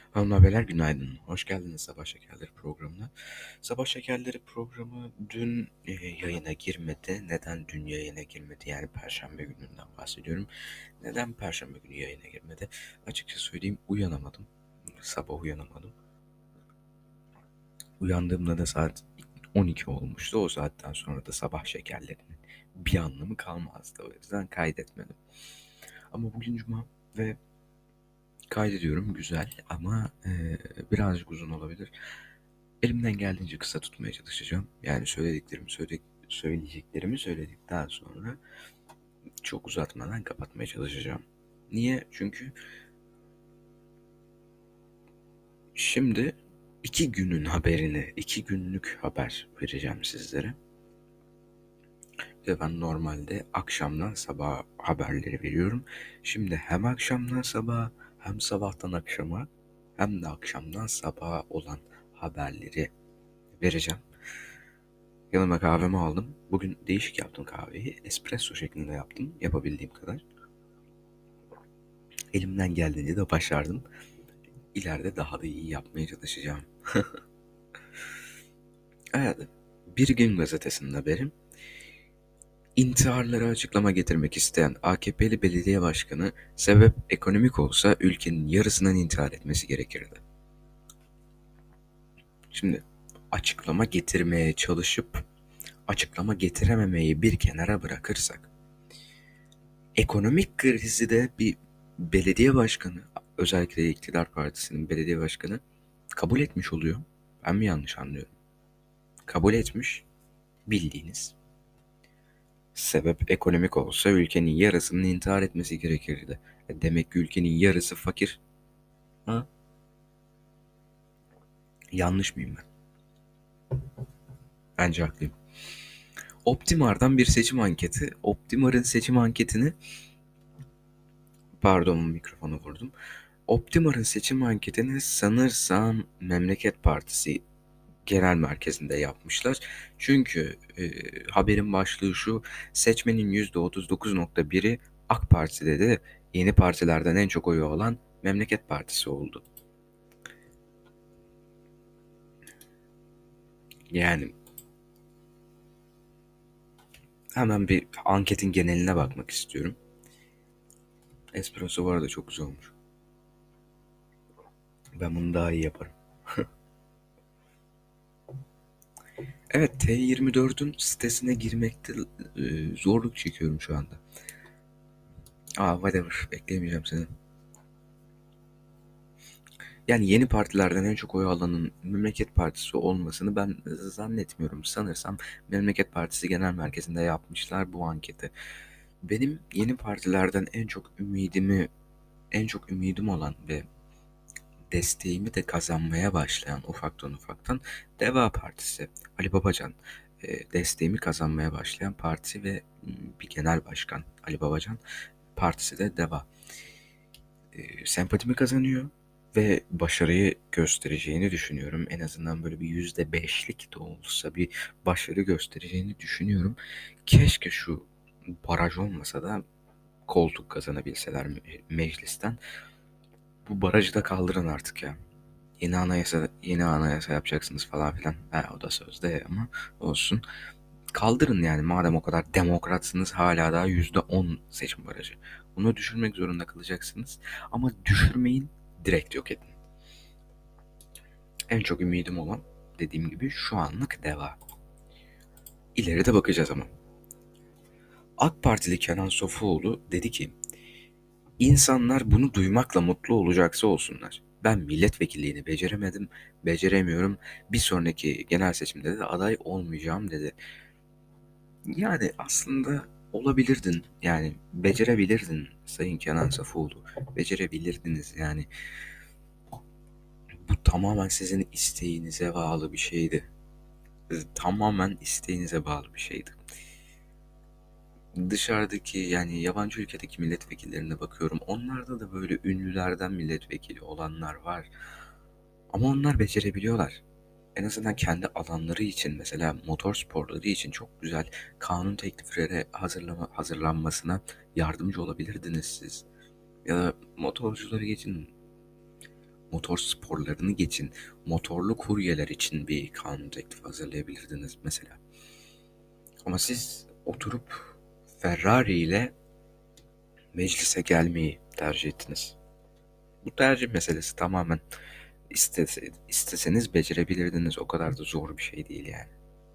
Hanımlar beyler günaydın. Hoş geldiniz Sabah Şekerleri programına. Sabah Şekerleri programı dün yayına girmedi. Neden dün yayına girmedi? Yani Perşembe gününden bahsediyorum. Neden Perşembe günü yayına girmedi? Açıkça söyleyeyim uyanamadım. Sabah uyanamadım. Uyandığımda da saat 12 olmuştu. O saatten sonra da Sabah Şekerlerinin bir anlamı kalmazdı. O yüzden kaydetmedim. Ama bugün Cuma ve kaydediyorum güzel ama birazcık uzun olabilir. Elimden geldiğince kısa tutmaya çalışacağım. Yani söyleyeceklerimi söyledikten sonra çok uzatmadan kapatmaya çalışacağım. Niye? Çünkü şimdi 2 günün haberini, 2 günlük haber vereceğim sizlere. Ve ben normalde akşamdan sabaha haberleri veriyorum. Şimdi hem akşamdan sabaha hem sabahtan akşama hem de akşamdan sabaha olan haberleri vereceğim. Yanıma kahvemi aldım. Bugün değişik yaptım kahveyi. Espresso şeklinde yaptım. Yapabildiğim kadar. Elimden geldiğince de başardım. İleride daha da iyi yapmaya çalışacağım. Evet. Bir Gün Gazetesi'nin haberi. İntiharlara açıklama getirmek isteyen AKP'li belediye başkanı sebep ekonomik olsa ülkenin yarısının intihar etmesi gerekirdi. Şimdi açıklama getirmeye çalışıp açıklama getirememeyi bir kenara bırakırsak ekonomik krizi de bir belediye başkanı, özellikle iktidar partisinin belediye başkanı kabul etmiş oluyor. Ben mi yanlış anlıyorum? Kabul etmiş, bildiğiniz. Sebep ekonomik olsa ülkenin yarısının intihar etmesi gerekirdi. Demek ki ülkenin yarısı fakir. Ha? Yanlış mıyım ben? Bence haklıyım. Optimar'dan bir seçim anketi. Optimar'ın seçim anketini, pardon mikrofonu vurdum. Optimar'ın seçim anketini sanırsam Memleket Partisi genel merkezinde yapmışlar. Çünkü haberin başlığı şu: seçmenin %39,1'i AK Parti dedi. Yeni partilerden en çok oyu alan Memleket Partisi oldu. Yani hemen bir anketin geneline bakmak istiyorum. Espresso bu arada çok güzel olmuş. Ben bunu daha iyi yaparım. Evet, T24'ün sitesine girmekte zorluk çekiyorum şu anda. Whatever, bekleyemeyeceğim seni. Yani yeni partilerden en çok oy alanın Memleket Partisi olmasını ben zannetmiyorum. Sanırsam Memleket Partisi Genel Merkezi'nde yapmışlar bu anketi. Benim yeni partilerden en çok ümidim olan ve desteğimi de kazanmaya başlayan ufaktan Deva Partisi. Ali Babacan desteğimi kazanmaya başlayan parti ve bir genel başkan Ali Babacan partisi de Deva. Sempatimi kazanıyor ve başarıyı göstereceğini düşünüyorum. En azından böyle bir %5'lik de olsa bir başarı göstereceğini düşünüyorum. Keşke şu baraj olmasa da koltuk kazanabilseler meclisten. Bu barajı da kaldırın artık ya. Yeni anayasa yapacaksınız falan filan. O da sözde ama olsun. Kaldırın yani, madem o kadar demokratsınız, hala daha %10 seçim barajı. Bunu düşürmek zorunda kalacaksınız. Ama düşürmeyin, direkt yok edin. En çok ümidim olan, dediğim gibi, şu anlık Deva. İleride bakacağız ama. AK Partili Kenan Sofuoğlu dedi ki, İnsanlar bunu duymakla mutlu olacaksa olsunlar. Ben milletvekilliğini beceremedim, beceremiyorum. Bir sonraki genel seçimde de aday olmayacağım dedi. Yani aslında olabilirdin. Yani becerebilirdin Sayın Kenan Safoğlu. Becerebilirdiniz yani. Bu tamamen sizin isteğinize bağlı bir şeydi. Tamamen isteğinize bağlı bir şeydi. Dışarıdaki, yani yabancı ülkedeki milletvekillerine bakıyorum. Onlarda da böyle ünlülerden milletvekili olanlar var. Ama onlar becerebiliyorlar. En azından kendi alanları için, mesela motor sporları için çok güzel kanun teklifleri hazırlanmasına yardımcı olabilirdiniz siz. Ya da motorcuları geçin. Motor sporlarını geçin. Motorlu kuryeler için bir kanun teklifi hazırlayabilirdiniz mesela. Ama siz oturup Ferrari ile meclise gelmeyi tercih ettiniz. Bu tercih meselesi tamamen isteseniz becerebilirdiniz. O kadar da zor bir şey değil yani.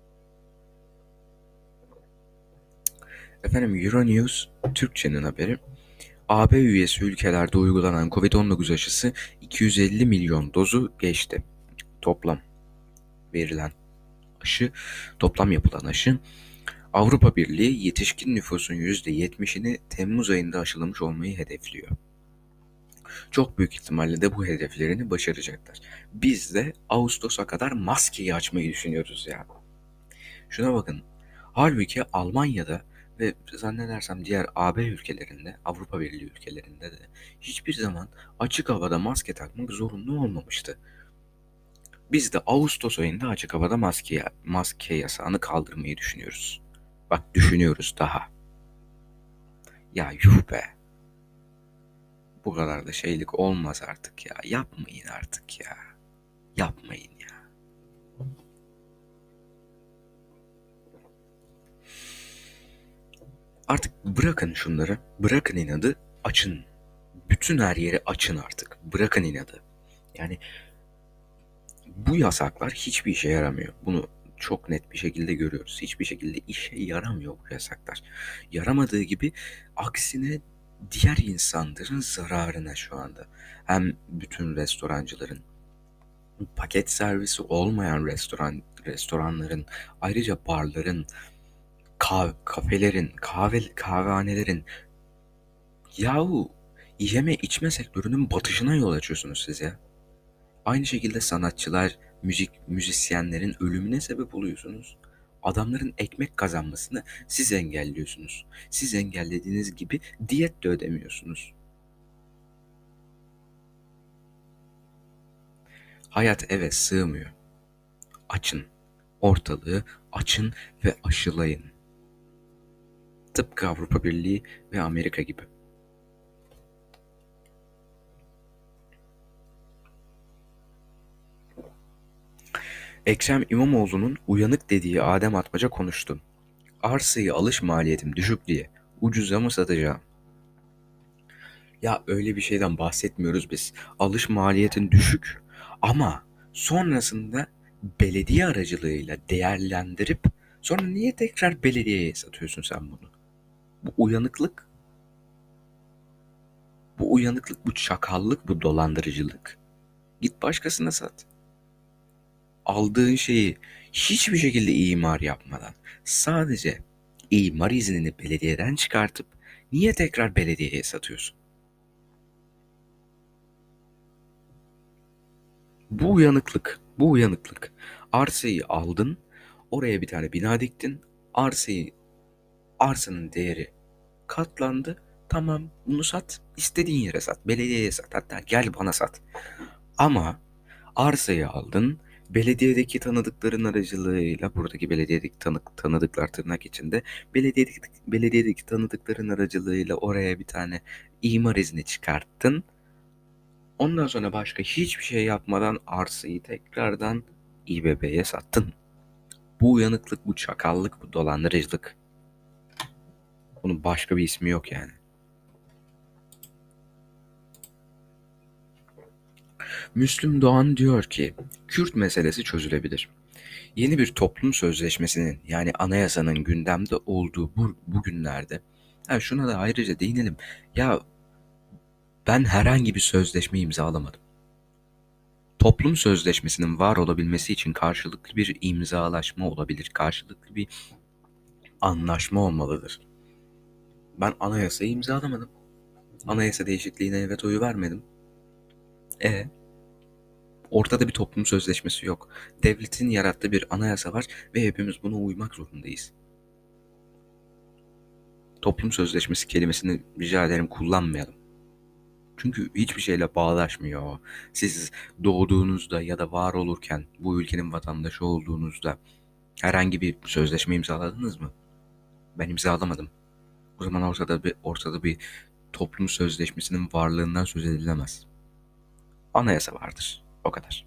Efendim Euronews Türkçe'nin haberi. AB üyesi ülkelerde uygulanan Covid-19 aşısı 250 milyon dozu geçti. Toplam verilen aşı, toplam yapılan aşı, Avrupa Birliği yetişkin nüfusun %70'ini Temmuz ayında aşılamış olmayı hedefliyor. Çok büyük ihtimalle de bu hedeflerini başaracaklar. Biz de Ağustos'a kadar maskeyi açmayı düşünüyoruz ya. Şuna bakın. Halbuki Almanya'da ve zannedersem diğer AB ülkelerinde, Avrupa Birliği ülkelerinde de hiçbir zaman açık havada maske takmak zorunlu olmamıştı. Biz de Ağustos ayında açık havada maske yasağını kaldırmayı düşünüyoruz. Bak düşünüyoruz daha. Ya yuh be. Bu kadar da şeylik olmaz artık ya. Yapmayın artık ya. Yapmayın ya. Artık bırakın şunları. Bırakın inadı. Açın. Bütün her yeri açın artık. Bırakın inadı. Yani bu yasaklar hiçbir işe yaramıyor. Bunu çok net bir şekilde görüyoruz. Hiçbir şekilde işe yaramıyor bu yasaklar. Yaramadığı gibi aksine diğer insanların zararına şu anda. Hem bütün restorancıların, paket servisi olmayan restoranların, ayrıca barların, kafelerin, kahvehanelerin, yahu yeme içme sektörünün batışına yol açıyorsunuz siz ya. Aynı şekilde sanatçılar, müzisyenlerin ölümüne sebep oluyorsunuz. Adamların ekmek kazanmasını siz engelliyorsunuz. Siz engellediğiniz gibi diyet de ödemiyorsunuz. Hayat eve sığmıyor. Açın. Ortalığı açın ve aşılayın. Tıpkı Avrupa Birliği ve Amerika gibi. Ekrem İmamoğlu'nun uyanık dediği Adem Atmaca konuştu. Arsayı alış maliyetim düşük diye ucuza mı satacağım? Ya öyle bir şeyden bahsetmiyoruz biz. Alış maliyetin düşük ama sonrasında belediye aracılığıyla değerlendirip sonra niye tekrar belediyeye satıyorsun sen bunu? Bu uyanıklık, bu çakallık, bu dolandırıcılık. Git başkasına sat. Aldığın şeyi hiçbir şekilde imar yapmadan sadece imar iznini belediyeden çıkartıp niye tekrar belediyeye satıyorsun? Bu uyanıklık. Arsayı aldın, oraya bir tane bina diktin, arsanın değeri katlandı. Tamam, bunu sat, istediğin yere sat, belediyeye sat, hatta gel bana sat. Ama arsayı aldın, belediyedeki tanıdıkların aracılığıyla, buradaki belediyedeki tanıdıklar tırnak içinde, belediyedeki tanıdıkların aracılığıyla oraya bir tane imar izni çıkarttın. Ondan sonra başka hiçbir şey yapmadan arsayı tekrardan İBB'ye sattın. Bu uyanıklık, bu çakallık, bu dolandırıcılık. Bunun başka bir ismi yok yani. Müslüm Doğan diyor ki, Kürt meselesi çözülebilir. Yeni bir toplum sözleşmesinin yani anayasanın gündemde olduğu bu günlerde, şuna da ayrıca değinelim. Ya ben herhangi bir sözleşme imzalamadım. Toplum sözleşmesinin var olabilmesi için karşılıklı bir imzalaşma olabilir. Karşılıklı bir anlaşma olmalıdır. Ben anayasayı imzalamadım. Anayasa değişikliğine evet oyu vermedim. E Ortada bir toplum sözleşmesi yok. Devletin yarattığı bir anayasa var ve hepimiz buna uymak zorundayız. Toplum sözleşmesi kelimesini rica ederim kullanmayalım. Çünkü hiçbir şeyle bağdaşmıyor. Siz doğduğunuzda ya da var olurken bu ülkenin vatandaşı olduğunuzda herhangi bir sözleşme imzaladınız mı? Ben imzalamadım. O zaman ortada bir toplum sözleşmesinin varlığından söz edilemez. Anayasa vardır. O kadar.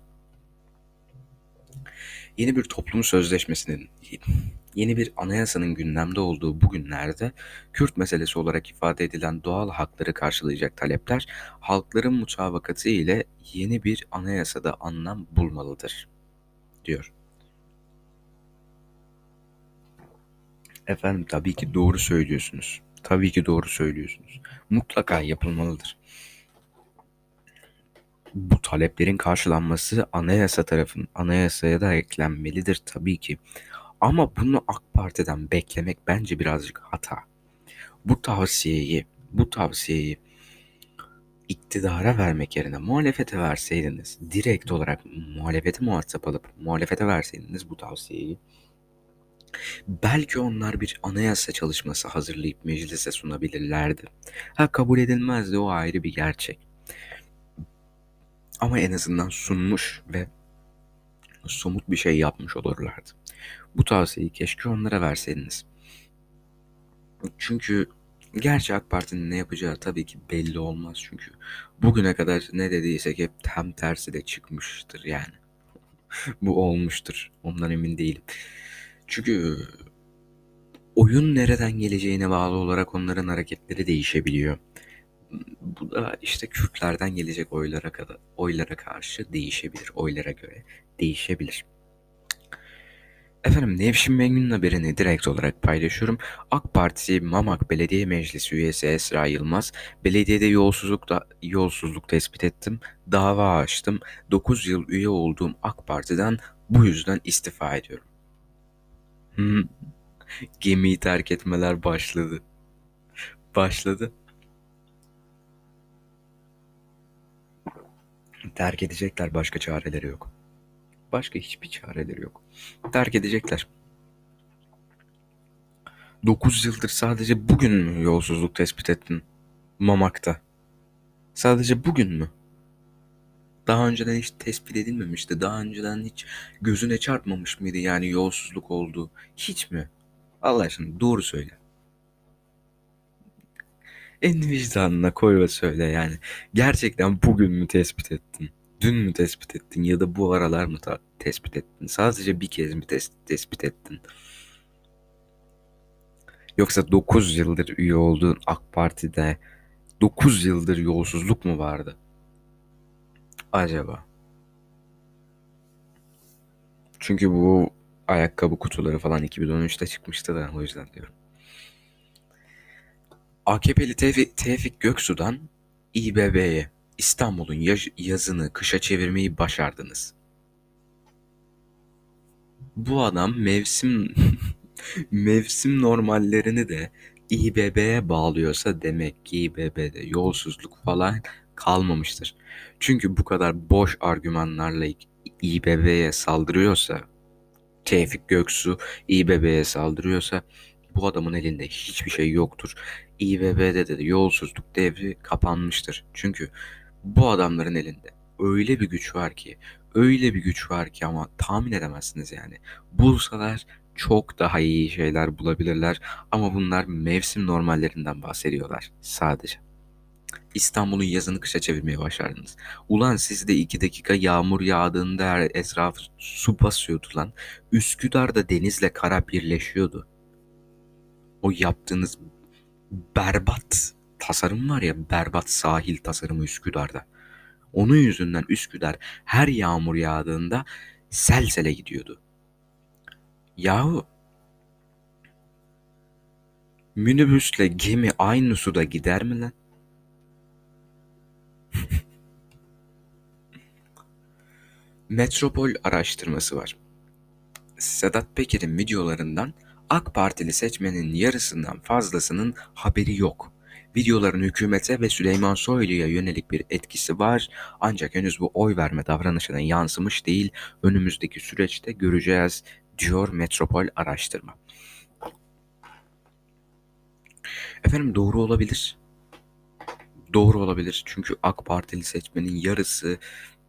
Yeni bir toplum sözleşmesinin, yeni bir anayasanın gündemde olduğu bu günlerde Kürt meselesi olarak ifade edilen doğal hakları karşılayacak talepler halkların mutabakatı ile yeni bir anayasada anlam bulmalıdır, diyor. Efendim tabii ki doğru söylüyorsunuz. Tabii ki doğru söylüyorsunuz. Mutlaka yapılmalıdır. Bu taleplerin karşılanması anayasaya da eklenmelidir tabii ki. Ama bunu AK Parti'den beklemek bence birazcık hata. Bu tavsiyeyi iktidara vermek yerine muhalefete verseydiniz, direkt olarak muhalefete muhatap alıp muhalefete verseydiniz bu tavsiyeyi, belki onlar bir anayasa çalışması hazırlayıp meclise sunabilirlerdi. Ha, kabul edilmezdi, o ayrı bir gerçek. Ama en azından sunmuş ve somut bir şey yapmış olurlardı. Bu tavsiyeyi keşke onlara verseydiniz. Çünkü gerçi AK Parti'nin ne yapacağı tabii ki belli olmaz. Çünkü bugüne kadar ne dediysek hep tam tersi de çıkmıştır yani. Bu olmuştur. Ondan emin değilim. Çünkü oyun nereden geleceğine bağlı olarak onların hareketleri değişebiliyor. Bu da işte Kürtlerden gelecek oylara karşı değişebilir. Oylara göre değişebilir. Efendim Nevşin Mengü'nün haberini direkt olarak paylaşıyorum. AK Parti Mamak Belediye Meclisi üyesi Esra Yılmaz, belediyede yolsuzluk tespit ettim, dava açtım, 9 yıl üye olduğum AK Parti'den bu yüzden istifa ediyorum. Gemiyi terk etmeler başladı. Başladı. Terk edecekler, başka çareleri yok. Başka hiçbir çareleri yok. Terk edecekler. 9 yıldır sadece bugün mü yolsuzluk tespit ettin Mamak'ta? Sadece bugün mü? Daha önceden hiç tespit edilmemişti. Daha önceden hiç gözüne çarpmamış mıydı yani yolsuzluk olduğu? Hiç mi? Allah aşkına doğru söyle. En vicdanına koy ve söyle yani. Gerçekten bugün mü tespit ettin? Dün mü tespit ettin ya da bu aralar mı tespit ettin? Sadece bir kez mi tespit ettin? Yoksa 9 yıldır üye olduğun AK Parti'de 9 yıldır yolsuzluk mu vardı? Acaba? Çünkü bu ayakkabı kutuları falan 2013'te çıkmıştı da o yüzden diyorum. AKP'li Tevfik Göksu'dan İBB'ye İstanbul'un yazını kışa çevirmeyi başardınız. Bu adam mevsim normallerini de İBB'ye bağlıyorsa demek ki İBB'de yolsuzluk falan kalmamıştır. Çünkü bu kadar boş argümanlarla İBB'ye saldırıyorsa, Tevfik Göksu İBB'ye saldırıyorsa bu adamın elinde hiçbir şey yoktur. İBB'de de yolsuzluk devri kapanmıştır. Çünkü bu adamların elinde öyle bir güç var ki ama tahmin edemezsiniz yani. Bulsalar çok daha iyi şeyler bulabilirler ama bunlar mevsim normallerinden bahsediyorlar sadece. İstanbul'un yazını kışa çevirmeye başardınız. Ulan sizde 2 dakika yağmur yağdığında her etrafı su basıyordu lan. Üsküdar'da denizle kara birleşiyordu. O yaptığınız berbat tasarım var ya, berbat sahil tasarımı Üsküdar'da. Onun yüzünden Üsküdar her yağmur yağdığında sel sele gidiyordu. Yahu minibüsle gemi aynı suda gider mi lan? Metropol araştırması var. Sedat Peker'in videolarından AK Partili seçmenin yarısından fazlasının haberi yok. Videoların hükümete ve Süleyman Soylu'ya yönelik bir etkisi var ancak henüz bu oy verme davranışına yansımış değil. Önümüzdeki süreçte göreceğiz, diyor Metropol araştırma. Efendim doğru olabilir. Doğru olabilir çünkü AK Partili seçmenin yarısı,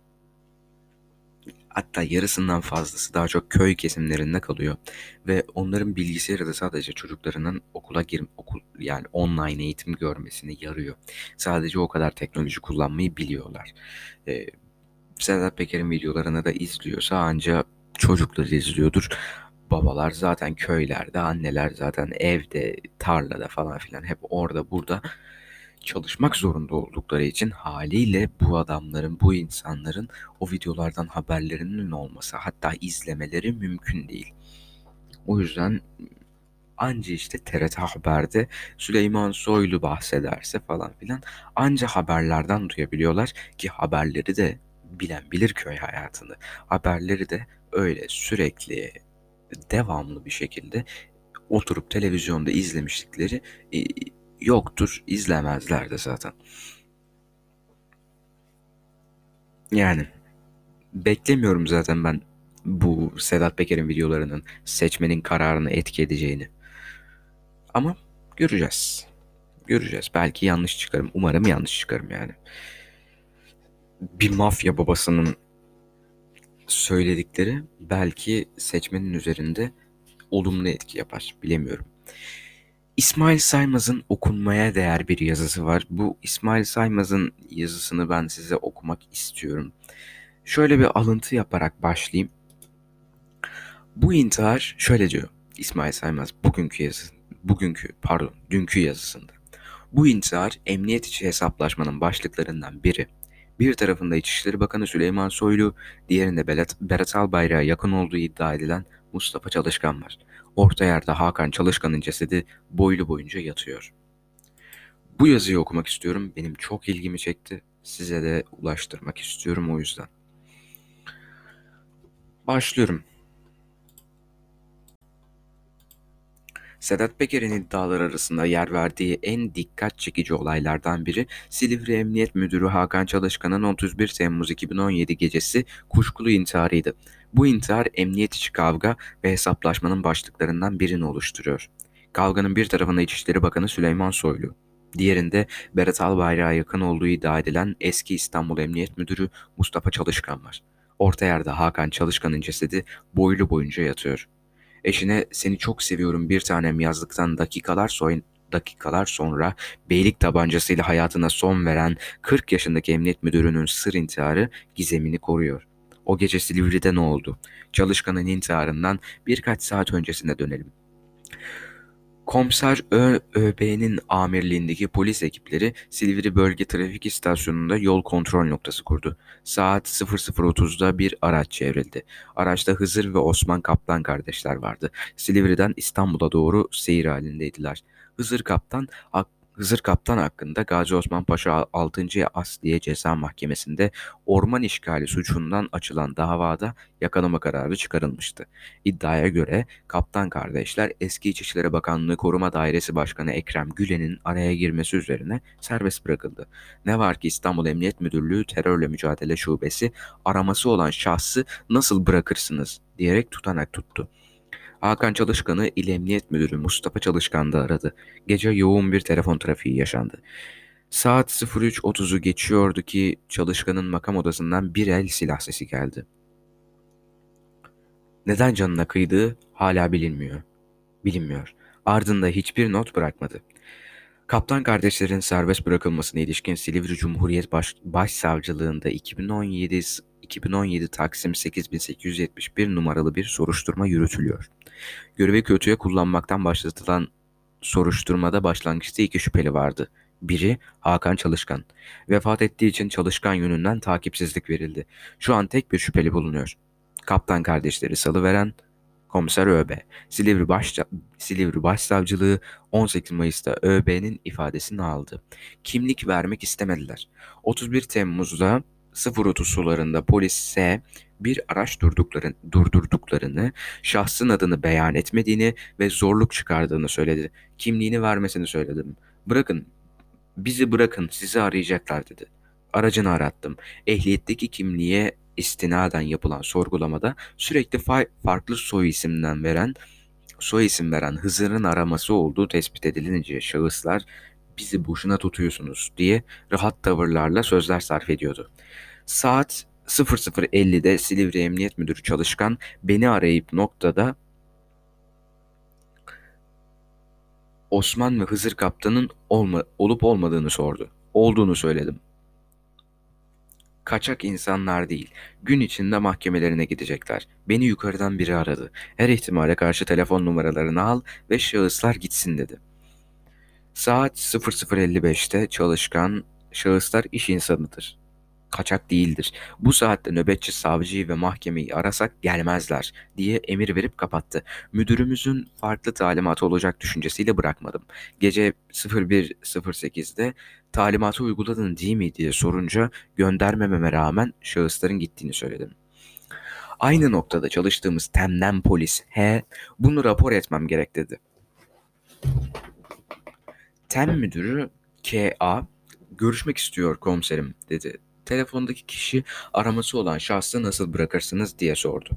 hatta yarısından fazlası daha çok köy kesimlerinde kalıyor ve onların bilgisayarı da sadece çocuklarının okul yani online eğitim görmesine yarıyor. Sadece o kadar teknoloji kullanmayı biliyorlar. Sedat Peker'in videolarını da izliyorsa anca çocukları izliyordur. Babalar zaten köylerde, anneler zaten evde, tarlada falan filan hep orada burada çalışmak zorunda oldukları için haliyle bu adamların, bu insanların o videolardan haberlerinin olması, hatta izlemeleri mümkün değil. O yüzden anca işte TRT Haber'de Süleyman Soylu bahsederse falan filan anca haberlerden duyabiliyorlar ki haberleri de bilen bilir köy hayatını. Haberleri de öyle sürekli devamlı bir şekilde oturup televizyonda izlemişlikleri e, yoktur, izlemezler de zaten. Yani beklemiyorum zaten ben bu Sedat Peker'in videolarının seçmenin kararını etki edeceğini. Ama göreceğiz. Göreceğiz. Belki yanlış çıkarım. Umarım yanlış çıkarım yani. Bir mafya babasının söyledikleri belki seçmenin üzerinde olumlu etki yapar. Bilemiyorum. İsmail Saymaz'ın okunmaya değer bir yazısı var. Bu İsmail Saymaz'ın yazısını ben size okumak istiyorum. Şöyle bir alıntı yaparak başlayayım. Bu intihar şöyle diyor İsmail Saymaz dünkü yazısında. Bu intihar emniyet içi hesaplaşmanın başlıklarından biri. Bir tarafında İçişleri Bakanı Süleyman Soylu, diğerinde Berat Albayrak'a yakın olduğu iddia edilen Mustafa Çalışkan var. Orta yerde Hakan Çalışkan'ın cesedi boylu boyunca yatıyor. Bu yazıyı okumak istiyorum. Benim çok ilgimi çekti. Size de ulaştırmak istiyorum o yüzden. Başlıyorum. Sedat Peker'in iddialar arasında yer verdiği en dikkat çekici olaylardan biri Silivri Emniyet Müdürü Hakan Çalışkan'ın 31 Temmuz 2017 gecesi kuşkulu intiharıydı. Bu intihar emniyet içi kavga ve hesaplaşmanın başlıklarından birini oluşturuyor. Kavganın bir tarafında İçişleri Bakanı Süleyman Soylu, diğerinde Berat Albayrak'a yakın olduğu iddia edilen eski İstanbul Emniyet Müdürü Mustafa Çalışkan var. Orta yerde Hakan Çalışkan'ın cesedi boylu boyunca yatıyor. Eşine seni çok seviyorum bir tanem yazdıktan dakikalar sonra beylik tabancasıyla hayatına son veren 40 yaşındaki emniyet müdürünün sır intiharı gizemini koruyor. O gece Silivri'de ne oldu? Çalışkanın intiharından birkaç saat öncesine dönelim. Komiser ÖB'nin amirliğindeki polis ekipleri Silivri Bölge Trafik İstasyonu'nda yol kontrol noktası kurdu. Saat 00.30'da bir araç çevrildi. Araçta Hızır ve Osman Kaptan kardeşler vardı. Silivri'den İstanbul'a doğru seyir halindeydiler. Hızır Kaptan Hızır Kaptan hakkında Gazi Osman Paşa 6. Asliye Ceza Mahkemesi'nde orman işgali suçundan açılan davada yakalama kararı çıkarılmıştı. İddiaya göre Kaptan kardeşler eski İçişleri Bakanlığı Koruma Dairesi Başkanı Ekrem Gülen'in araya girmesi üzerine serbest bırakıldı. Ne var ki İstanbul Emniyet Müdürlüğü Terörle Mücadele Şubesi araması olan şahsı nasıl bırakırsınız diyerek tutanak tuttu. Hakan Çalışkan'ı İl Emniyet Müdürü Mustafa Çalışkan da aradı. Gece yoğun bir telefon trafiği yaşandı. Saat 03.30'u geçiyordu ki Çalışkan'ın makam odasından bir el silah sesi geldi. Neden canına kıydığı hala bilinmiyor. Ardında hiçbir not bırakmadı. Kaptan kardeşlerin serbest bırakılmasına ilişkin Silivri Cumhuriyet Başsavcılığında 2017 Taksim 8871 numaralı bir soruşturma yürütülüyor. Görevi kötüye kullanmaktan başlatılan soruşturmada başlangıçta iki şüpheli vardı. Biri Hakan Çalışkan. Vefat ettiği için Çalışkan yönünden takipsizlik verildi. Şu an tek bir şüpheli bulunuyor. Kaptan kardeşleri salıveren Komiser ÖB. Silivri Başsavcılığı 18 Mayıs'ta ÖB'nin ifadesini aldı. Kimlik vermek istemediler. 31 Temmuz'da 030 sularında polise bir araç durdurduklarını, şahsın adını beyan etmediğini ve zorluk çıkardığını söyledi. Kimliğini vermesini söyledim. Bizi bırakın, sizi arayacaklar dedi. Aracını arattım. Ehliyetteki kimliğe istinaden yapılan sorgulamada sürekli farklı soy isim veren Hızır'ın araması olduğu tespit edilince şahıslar bizi boşuna tutuyorsunuz diye rahat tavırlarla sözler sarf ediyordu. Saat 00.50'de Silivri Emniyet Müdürü Çalışkan beni arayıp noktada Osman ve Hızır Kaptan'ın olup olmadığını sordu. Olduğunu söyledim. Kaçak insanlar değil. Gün içinde mahkemelerine gidecekler. Beni yukarıdan biri aradı. Her ihtimale karşı telefon numaralarını al ve şahıslar gitsin dedi. Saat 00.55'te çalışkan şahıslar iş insanıdır. Kaçak değildir. Bu saatte nöbetçi savcıyı ve mahkemeyi arasak gelmezler diye emir verip kapattı. Müdürümüzün farklı talimatı olacak düşüncesiyle bırakmadım. Gece 01.08'de talimatı uyguladın değil mi diye sorunca göndermememe rağmen şahısların gittiğini söyledim. Aynı noktada çalıştığımız Tem'den polis bunu rapor etmem gerek dedi. Tem müdürü K.A. görüşmek istiyor komiserim dedi. Telefondaki kişi araması olan şahsı nasıl bırakırsınız diye sordu.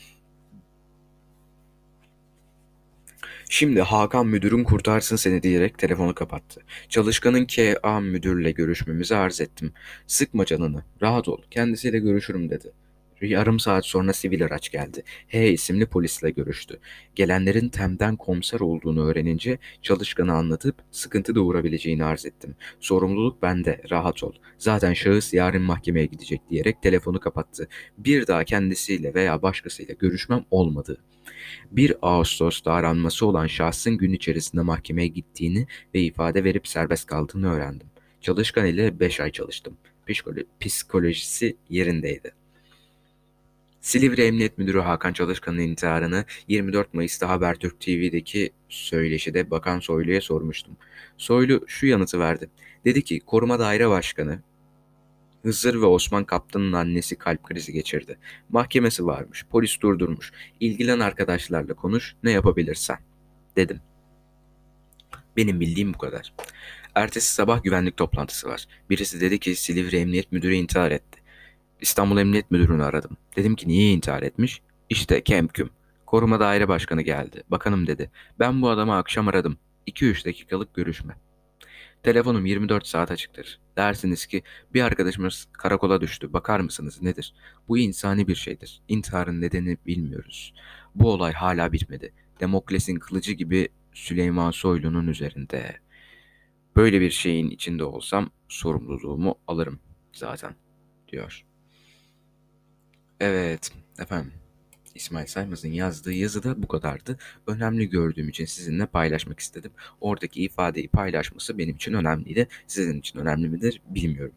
Şimdi Hakan müdürün kurtarsın seni diyerek telefonu kapattı. Çalışkanın K.A. müdürle görüşmemizi arz ettim. Sıkma canını, rahat ol, kendisiyle görüşürüm dedi. Yarım saat sonra sivil araç geldi. H isimli polisle görüştü. Gelenlerin Tem'den komiser olduğunu öğrenince çalışkanı anlatıp sıkıntı doğurabileceğini arz ettim. Sorumluluk bende, rahat ol. Zaten şahıs yarın mahkemeye gidecek diyerek telefonu kapattı. Bir daha kendisiyle veya başkasıyla görüşmem olmadı. 1 Ağustos'ta aranması olan şahsın gün içerisinde mahkemeye gittiğini ve ifade verip serbest kaldığını öğrendim. Çalışkan ile 5 ay çalıştım. Psikolojisi yerindeydi. Silivri Emniyet Müdürü Hakan Çalışkan'ın intiharını 24 Mayıs'ta Habertürk TV'deki söyleşide Bakan Soylu'ya sormuştum. Soylu şu yanıtı verdi. Dedi ki Koruma Daire Başkanı Hızır ve Osman Kaptan'ın annesi kalp krizi geçirdi. Mahkemesi varmış, polis durdurmuş. İlgilen arkadaşlarla konuş, ne yapabilirsen, dedim. Benim bildiğim bu kadar. Ertesi sabah güvenlik toplantısı var. Birisi dedi ki Silivri Emniyet Müdürü intihar etti. İstanbul Emniyet Müdürü'nü aradım. Dedim ki niye intihar etmiş? İşte kemküm. Koruma Daire Başkanı geldi. Bakanım dedi. Ben bu adamı akşam aradım. 2-3 dakikalık görüşme. Telefonum 24 saat açıktır. Dersiniz ki bir arkadaşımız karakola düştü. Bakar mısınız nedir? Bu insani bir şeydir. İntiharın nedenini bilmiyoruz. Bu olay hala bitmedi. Demokles'in kılıcı gibi Süleyman Soylu'nun üzerinde. Böyle bir şeyin içinde olsam sorumluluğumu alırım zaten, diyor. Evet efendim. İsmail Saymaz'ın yazdığı yazı da bu kadardı. Önemli gördüğüm için sizinle paylaşmak istedim. Oradaki ifadeyi paylaşması benim için önemliydi. Sizin için önemli midir bilmiyorum.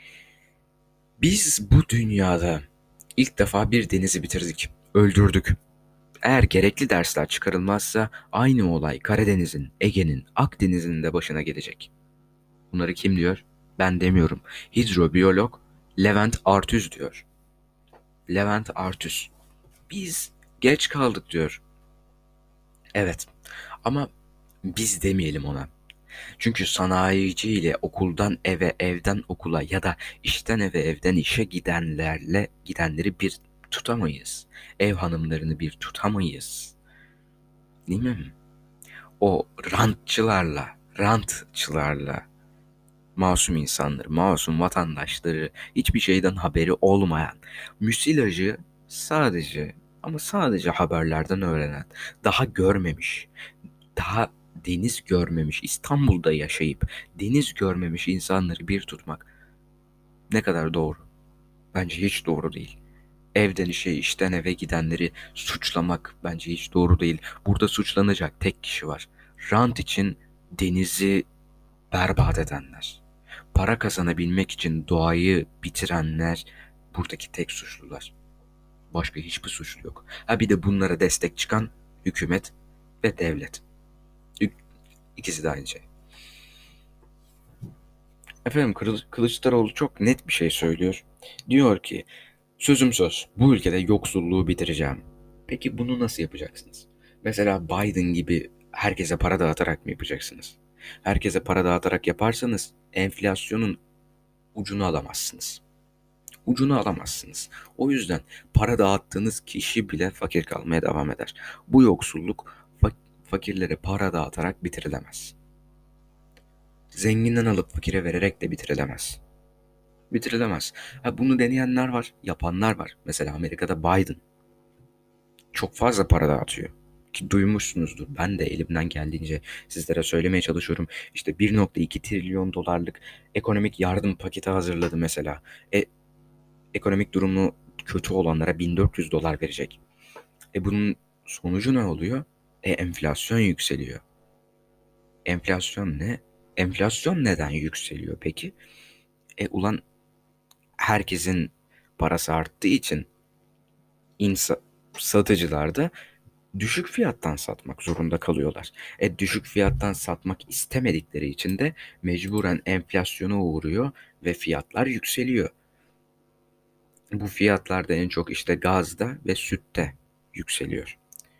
Biz bu dünyada ilk defa bir denizi bitirdik, öldürdük. Eğer gerekli dersler çıkarılmazsa aynı olay Karadeniz'in, Ege'nin, Akdeniz'in de başına gelecek. Bunları kim diyor? Ben demiyorum. Hidrobiyolog Levent Artüz diyor. Levent Artüz. Biz geç kaldık diyor. Evet ama biz demeyelim ona. Çünkü sanayici ile okuldan eve, evden okula ya da işten eve, evden işe gidenleri bir tutamayız. Ev hanımlarını bir tutamayız. Değil mi? O rantçılarla masum insanları, masum vatandaşları, hiçbir şeyden haberi olmayan, müsilajı sadece ama sadece haberlerden öğrenen, daha görmemiş, daha deniz görmemiş, İstanbul'da yaşayıp deniz görmemiş insanları bir tutmak ne kadar doğru? Bence hiç doğru değil. Evden işe, işten eve gidenleri suçlamak bence hiç doğru değil. Burada suçlanacak tek kişi var. Rant için denizi berbat edenler. Para kazanabilmek için doğayı bitirenler buradaki tek suçlular. Başka hiçbir suçlu yok. Ha bir de bunlara destek çıkan hükümet ve devlet. İkisi de aynı şey. Efendim Kılıçdaroğlu çok net bir şey söylüyor. Diyor ki sözüm söz bu ülkede yoksulluğu bitireceğim. Peki bunu nasıl yapacaksınız? Mesela Biden gibi herkese para dağıtarak mı yapacaksınız? Herkese para dağıtarak yaparsanız enflasyonun ucunu alamazsınız. Ucunu alamazsınız. O yüzden para dağıttığınız kişi bile fakir kalmaya devam eder. Bu yoksulluk fakirlere para dağıtarak bitirilemez. Zenginden alıp fakire vererek de bitirilemez. Bitirilemez. Ha, bunu deneyenler var, yapanlar var. Mesela Amerika'da Biden çok fazla para dağıtıyor. Ki duymuşsunuzdur. Ben de elimden geldiğince sizlere söylemeye çalışıyorum. İşte 1,2 trilyon dolarlık ekonomik yardım paketi hazırladı mesela. Ekonomik durumu kötü olanlara 1400 dolar verecek. Bunun sonucu ne oluyor? Enflasyon yükseliyor. Enflasyon ne? Enflasyon neden yükseliyor peki? Ulan herkesin parası arttığı için insa satıcılar da düşük fiyattan satmak zorunda kalıyorlar. Düşük fiyattan satmak istemedikleri için de mecburen enflasyona uğruyor ve fiyatlar yükseliyor. Bu fiyatlar da en çok işte gazda ve sütte yükseliyor.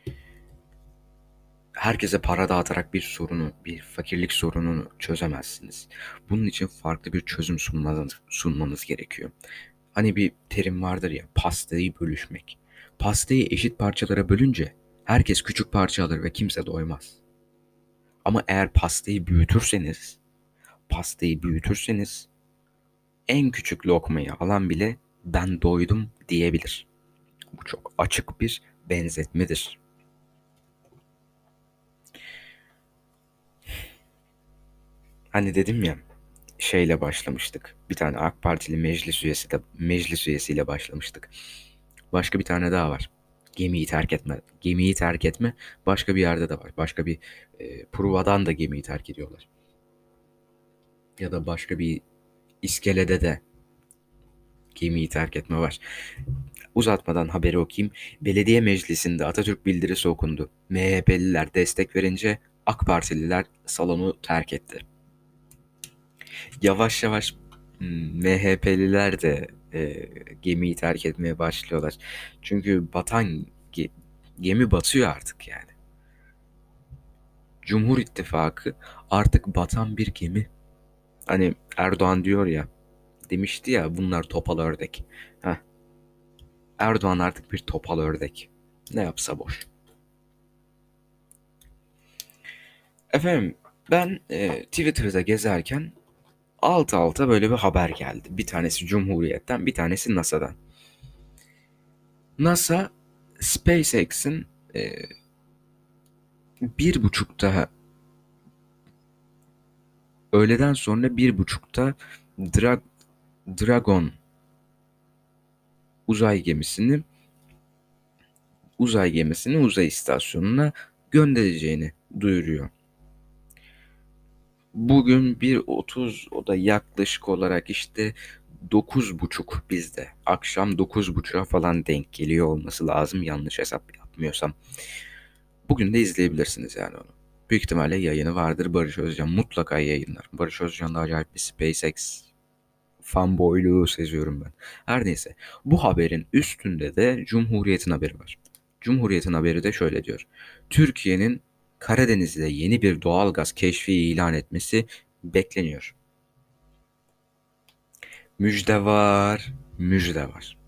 Herkese para dağıtarak bir fakirlik sorununu çözemezsiniz. Bunun için farklı bir çözüm sunmanız gerekiyor. Hani bir terim vardır ya, pastayı bölüşmek. Pastayı eşit parçalara bölünce herkes küçük parça alır ve kimse doymaz. Ama eğer pastayı büyütürseniz en küçük lokmayı alan bile ben doydum diyebilir. Bu çok açık bir benzetmedir. Hani dedim ya, şeyle başlamıştık. Bir tane AK Partili meclis üyesiyle başlamıştık. Başka bir tane daha var. Gemiyi terk etme. Gemiyi terk etme başka bir yerde de var. Başka bir Pruva'dan da gemiyi terk ediyorlar. Ya da başka bir iskelede de gemiyi terk etme var. Uzatmadan haberi okuyayım. Belediye meclisinde Atatürk bildirisi okundu. MHP'liler destek verince AK Partililer salonu terk etti. Yavaş yavaş MHP'liler de gemiyi terk etmeye başlıyorlar. Çünkü gemi batıyor artık yani. Cumhur İttifakı artık batan bir gemi. Hani Erdoğan diyor ya, demişti ya bunlar topal ördek. Heh, Erdoğan artık bir topal ördek. Ne yapsa boş. Efendim, ben Twitter'da gezerken alt alta böyle bir haber geldi. Bir tanesi Cumhuriyet'ten, bir tanesi NASA'dan. NASA SpaceX'in bir buçukta öğleden sonra bir buçukta Dra- Dragon uzay gemisini uzay istasyonuna göndereceğini duyuruyor. Bugün 1:30, o da yaklaşık olarak işte 9:30 bizde. Akşam 9:30'a falan denk geliyor olması lazım, yanlış hesap yapmıyorsam. Bugün de izleyebilirsiniz yani onu. Büyük ihtimalle yayını vardır, Barış Özcan mutlaka yayınlar. Barış Özcan'da acayip bir SpaceX fanboyluğu seziyorum ben. Her neyse, bu haberin üstünde de Cumhuriyet'in haberi var. Cumhuriyet'in haberi de şöyle diyor. Türkiye'nin Karadeniz'de yeni bir doğal gaz keşfi ilan etmesi bekleniyor. Müjde var, müjde var.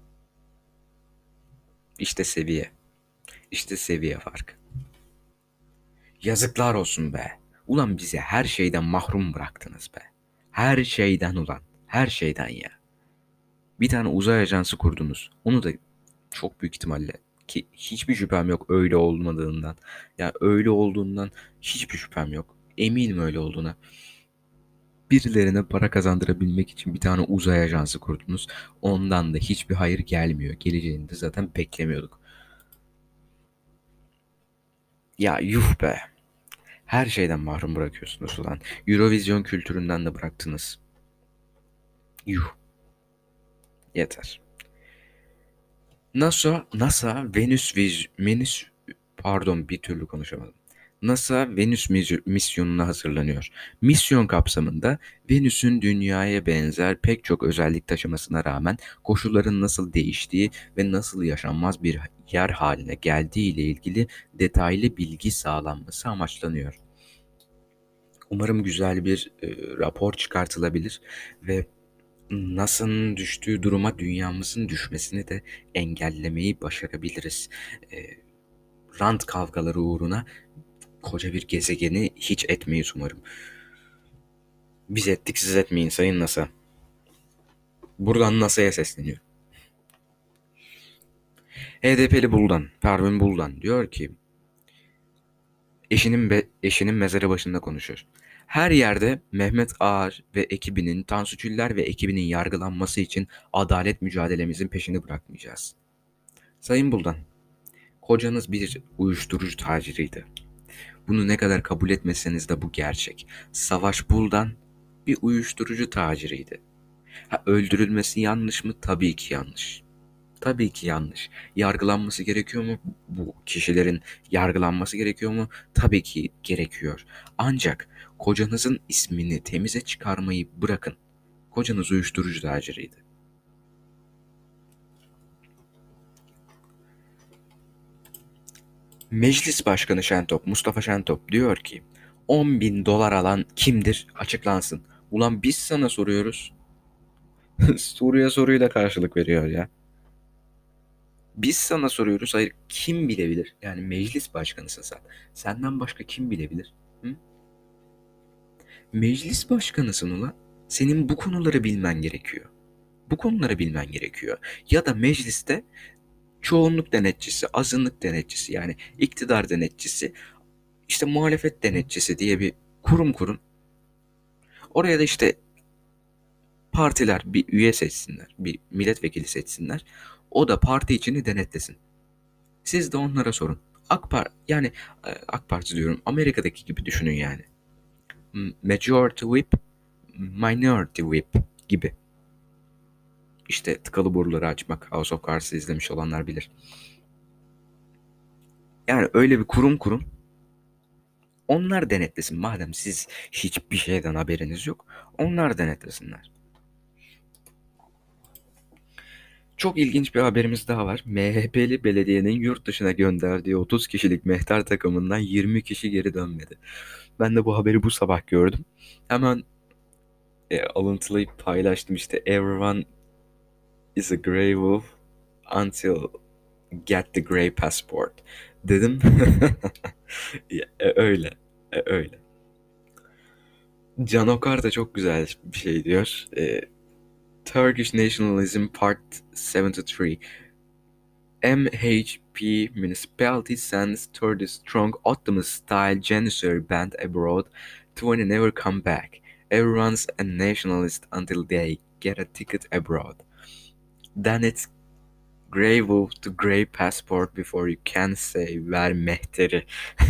İşte seviye, işte seviye farkı. Yazıklar olsun be. Ulan bizi her şeyden mahrum bıraktınız be. Her şeyden ulan, her şeyden ya. Bir tane uzay ajansı kurdunuz. Onu da çok büyük ihtimalle, ki hiçbir şüphem yok öyle olmadığından. Ya öyle olduğundan hiçbir şüphem yok. Eminim öyle olduğuna. Birilerine para kazandırabilmek için bir tane uzay ajansı kurdunuz. Ondan da hiçbir hayır gelmiyor. Geleceğini de zaten beklemiyorduk. Ya yuh be. Her şeyden mahrum bırakıyorsunuz ulan. Eurovision kültüründen de bıraktınız. Yuh. Yeter. NASA pardon, bir türlü konuşamadım. NASA Venüs misyonuna hazırlanıyor. Misyon kapsamında Venüs'ün Dünya'ya benzer pek çok özellik taşımasına rağmen koşulların nasıl değiştiği ve nasıl yaşanmaz bir yer haline geldiği ile ilgili detaylı bilgi sağlanması amaçlanıyor. Umarım güzel bir rapor çıkartılabilir ve NASA'nın düştüğü duruma dünyamızın düşmesini de engellemeyi başarabiliriz. E, Rant kavgaları uğruna koca bir gezegeni hiç etmeyiz umarım. Biz ettik, siz etmeyin sayın NASA. Buradan NASA'ya sesleniyor. HDP'li Pervin Buldan diyor ki eşinin mezarı başında konuşuyor. Her yerde Mehmet Ağar ve ekibinin, Tansu Çiller ve ekibinin yargılanması için adalet mücadelemizin peşini bırakmayacağız. Sayın Buldan, kocanız bir uyuşturucu taciriydi. Bunu ne kadar kabul etmeseniz de bu gerçek. Savaş Buldan bir uyuşturucu taciriydi. Ha, öldürülmesi yanlış mı? Tabii ki yanlış. Tabii ki yanlış. Yargılanması gerekiyor mu? Bu kişilerin yargılanması gerekiyor mu? Tabii ki gerekiyor. Ancak kocanızın ismini temize çıkarmayı bırakın. Kocanız uyuşturucu taciriydi. Meclis Başkanı Şentop, Mustafa Şentop diyor ki 10 bin dolar alan kimdir açıklansın. Ulan biz sana soruyoruz. Soruya soruyla karşılık veriyor ya. Biz sana soruyoruz. Hayır, kim bilebilir? Yani meclis başkanısın sen. Senden başka kim bilebilir? Hı? Meclis başkanısın ulan. Senin bu konuları bilmen gerekiyor. Bu konuları bilmen gerekiyor. Ya da mecliste çoğunluk denetçisi, azınlık denetçisi, yani iktidar denetçisi, işte muhalefet denetçisi diye bir kurum kurun. Oraya da işte partiler bir üye seçsinler, bir milletvekili seçsinler. O da parti içini denetlesin. Siz de onlara sorun. Yani AK Parti diyorum. Amerika'daki gibi düşünün yani. Majority Whip, Minority Whip gibi. İşte tıkalı boruları açmak. House of Cards'ı izlemiş olanlar bilir. Yani öyle bir kurum kurun. Onlar denetlesin. Madem siz hiçbir şeyden haberiniz yok. Onlar denetlesinler. Çok ilginç bir haberimiz daha var. MHP'li belediyenin yurt dışına gönderdiği 30 kişilik mehter takımından 20 kişi geri dönmedi. Ben de bu haberi bu sabah gördüm. Hemen alıntılayıp paylaştım işte. Everyone is a grey wolf until get the grey passport dedim. Öyle. Öyle. Can Okar da çok güzel bir şey diyor. Turkish Nationalism Part 73. MHP municipality sends 30 strong Ottoman-style Janissary band abroad to never come back. Everyone's a nationalist until they get a ticket abroad. Then it's grey wolf to grey passport before you can say ver mehteri.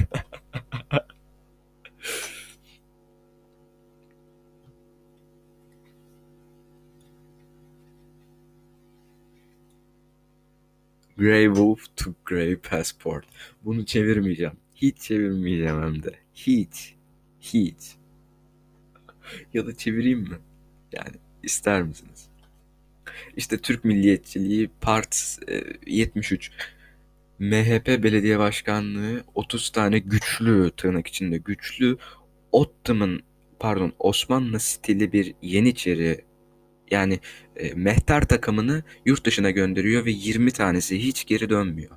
Grey wolf to grey passport. Bunu çevirmeyeceğim. Hiç çevirmeyeceğim hem de. Hiç. Hiç. Ya da çevireyim mi? Yani ister misiniz? İşte Türk milliyetçiliği Part 73. MHP belediye başkanlığı 30 tane güçlü, tırnak içinde güçlü Osmanlı stili bir Yeniçeri, yani mehter takımını yurt dışına gönderiyor ve 20 tanesi hiç geri dönmüyor.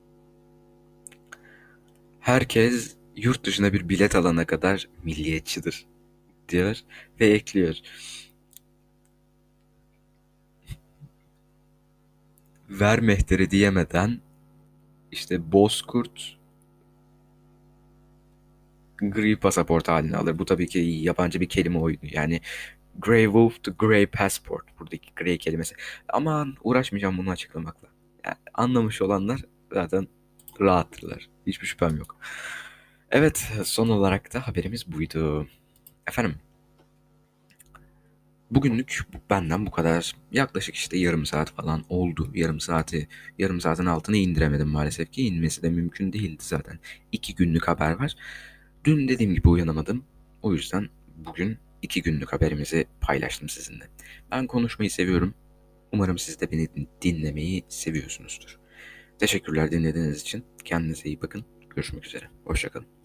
Herkes yurt dışına bir bilet alana kadar milliyetçidir diyor ve ekliyor. Ver mehteri diyemeden işte Bozkurt gri pasaport halini alır. Bu tabii ki yabancı bir kelime oyunu. Yani Grey Wolf to Grey Passport. Buradaki grey kelimesi. Aman uğraşmayacağım bunu açıklamakla. Yani anlamış olanlar zaten rahattırlar. Hiçbir şüphem yok. Evet, son olarak da haberimiz buydu. Efendim, bugünlük benden bu kadar. Yaklaşık işte yarım saat falan oldu. Yarım saatin altına indiremedim maalesef ki. İnmesi de mümkün değildi zaten. 2 günlük haber var. Dün dediğim gibi uyanamadım. O yüzden bugün 2 günlük haberimizi paylaştım sizinle. Ben konuşmayı seviyorum. Umarım siz de beni dinlemeyi seviyorsunuzdur. Teşekkürler dinlediğiniz için. Kendinize iyi bakın. Görüşmek üzere. Hoşça kalın.